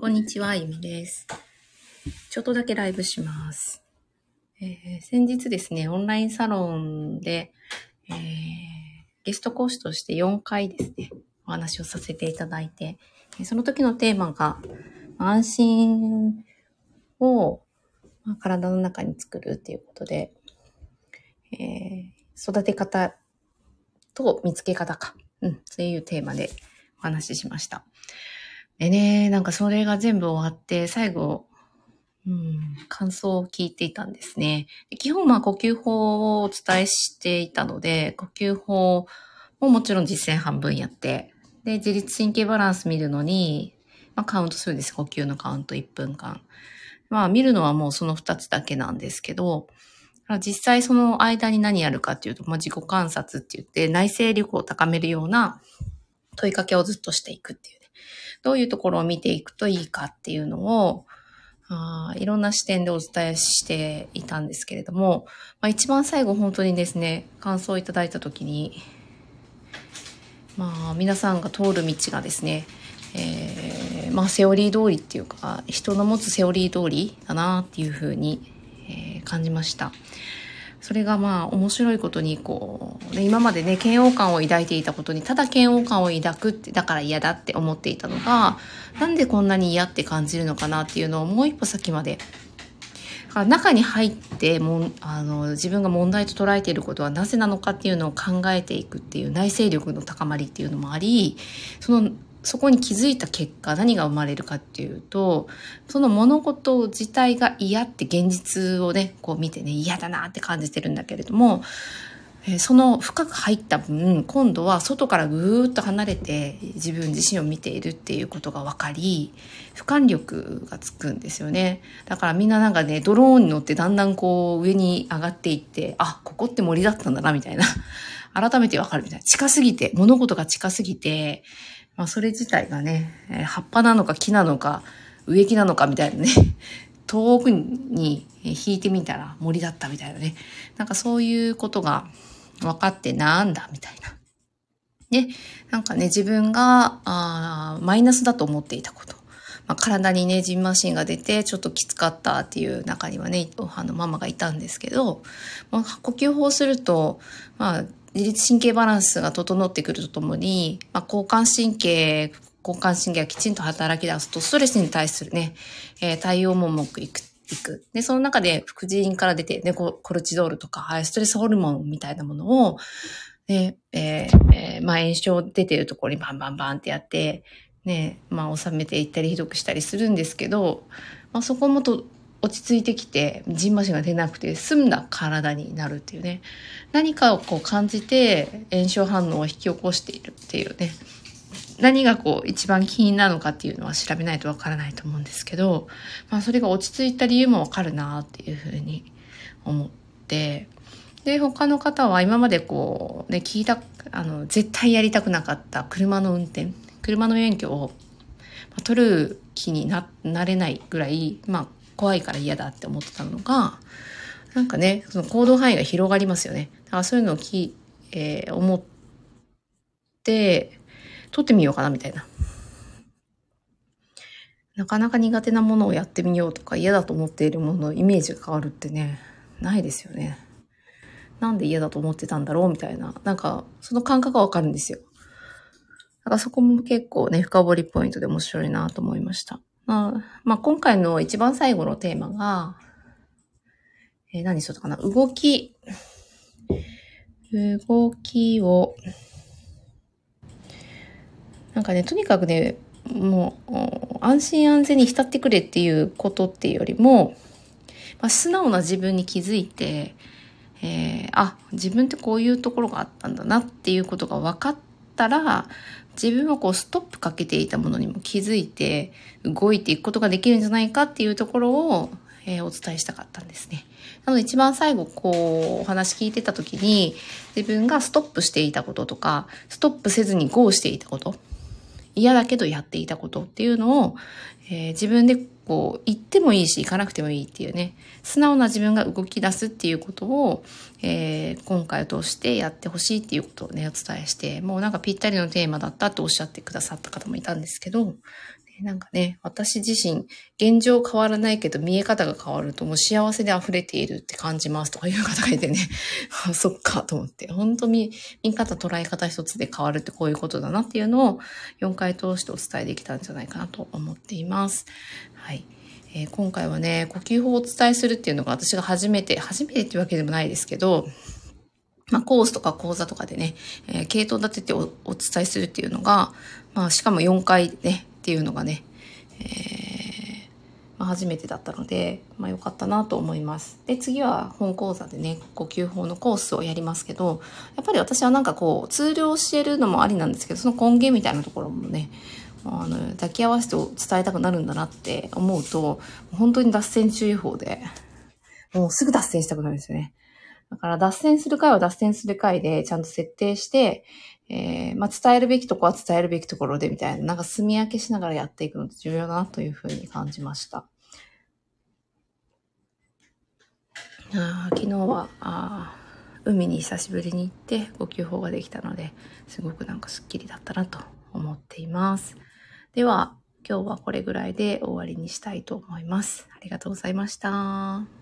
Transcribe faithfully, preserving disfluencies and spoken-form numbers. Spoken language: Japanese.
こんにちは、ゆみです。ちょっとだけライブします。えー、先日ですね、オンラインサロンで、えー、ゲスト講師としてよんかいですね、お話をさせていただいて、その時のテーマが、安心を体の中に作るっていうことで、えー、育て方と見つけ方か、うん、そういうテーマでお話ししました。でね、なんかそれが全部終わって、最後、うん、感想を聞いていたんですね。基本、まあ、呼吸法をお伝えしていたので、呼吸法ももちろん実践半分やって、で、自律神経バランス見るのに、まあ、カウントするんです。呼吸のカウントいっぷんかん。まあ、見るのはもうそのふたつだけなんですけど、実際その間に何やるかっていうと、まあ、自己観察って言って、内省力を高めるような問いかけをずっとしていくっていうね。どういうところを見ていくといいかっていうのを、あいろんな視点でお伝えしていたんですけれども、まあ、一番最後本当にですね、感想をいただいたときに、まあ皆さんが通る道がですね、えー、まあセオリー通りっていうか、人の持つセオリー通りだなっていうふうに、えー、感じました。それがまあ面白いことにこう、ね、今までね嫌悪感を抱いていたことにただ嫌悪感を抱くってだから嫌だって思っていたのがなんでこんなに嫌って感じるのかなっていうのをもう一歩先まで中に入ってもあの自分が問題と捉えていることはなぜなのかっていうのを考えていくっていう内省力の高まりっていうのもありそのそこに気づいた結果何が生まれるかっていうとその物事自体が嫌って現実をねこう見てね嫌だなって感じてるんだけれども、えー、その深く入った分今度は外からぐーっと離れて自分自身を見ているっていうことが分かり俯瞰力がつくんですよね。だからみんななんかねドローンに乗ってだんだんこう上に上がっていってあここって森だったんだなみたいな改めて分かるみたいな近すぎて物事が近すぎてまあ、それ自体がね、えー、葉っぱなのか木なのか植木なのかみたいなね、遠くに引いてみたら森だったみたいなね、なんかそういうことが分かってなんだみたいな。で、なんかね、自分があマイナスだと思っていたこと。まあ、体にね、ジンマシンが出てちょっときつかったっていう中にはね、あのママがいたんですけど、まあ、呼吸法すると、まあ、自律神経バランスが整ってくるとともに、まあ、交感神経、交感神経がきちんと働き出すと、ストレスに対するね、えー、対応もうまくいく。いくで、その中で副腎から出て、ね、コルチゾールとか、ストレスホルモンみたいなものを、で、えーえー、まあ炎症出てるところにバンバンバンってやって、ね、まあ収めていったりひどくしたりするんですけど、まあそこもと落ち着いてきて、ジンマシンが出なくて済んだ体になるっていうね。何かをこう感じて炎症反応を引き起こしているっていうね。何がこう一番気になるのかっていうのは調べないとわからないと思うんですけど、まあそれが落ち着いた理由もわかるなっていうふうに思って、で、他の方は今までこうね、聞いた、あの、絶対やりたくなかった車の運転、車の免許を取る気に な, なれないぐらい、まあ、怖いから嫌だって思ってたのが、なんかね、その行動範囲が広がりますよね。だからそういうのをき、えー、思って、取ってみようかなみたいな。なかなか苦手なものをやってみようとか嫌だと思っているもののイメージが変わるってね、ないですよね。なんで嫌だと思ってたんだろうみたいな。なんか、その感覚がわかるんですよ。だからそこも結構ね、深掘りポイントで面白いなと思いました。まあ、まあ、今回の一番最後のテーマが、えー、何しようかな。動き。動きを、なんかね、とにかくね、もう、安心安全に浸ってくれっていうことっていうよりも、まあ、素直な自分に気づいて、えー、あ、自分ってこういうところがあったんだなっていうことが分かったら、自分はこうストップかけていたものにも気づいて動いていくことができるんじゃないかっていうところを、えー、お伝えしたかったんですね。なので一番最後こうお話聞いてた時に自分がストップしていたこととかストップせずにゴーしていたこと嫌だけどやっていたことっていうのを、えー、自分でこう言ってもいいし行かなくてもいいっていうね素直な自分が動き出すっていうことを、えー、今回を通してやってほしいっていうことをねお伝えしてもうなんかぴったりのテーマだったっておっしゃってくださった方もいたんですけどなんかね、私自身、現状変わらないけど見え方が変わるともう幸せで溢れているって感じますとかいう方がいてね、あ、そっかと思って、本当見、見方、捉え方一つで変わるってこういうことだなっていうのをよんかい通してお伝えできたんじゃないかなと思っています。はい。えー、今回はね、呼吸法をお伝えするっていうのが私が初めて、初めてっていうわけでもないですけど、まあ、コースとか講座とかでね、えー、系統立てて お, お伝えするっていうのが、まあ、しかもよんかいね、っていうのがね、えーまあ、初めてだったので、まあ、よかったなと思います。で、次は本講座でね、呼吸法のコースをやりますけど、やっぱり私はなんかこう、ツールを教えるのもありなんですけど、その根源みたいなところもね、あの抱き合わせて伝えたくなるんだなって思うと、本当に脱線注意報で、もうすぐ脱線したくなるんですよね。だから脱線する回は脱線する回でちゃんと設定して、えー、まあ伝えるべきところは伝えるべきところでみたいな、なんか住み分けしながらやっていくのって重要だなというふうに感じました。あ昨日はあ海に久しぶりに行って呼吸法ができたので、すごくなんかスッキリだったなと思っています。では今日はこれぐらいで終わりにしたいと思います。ありがとうございました。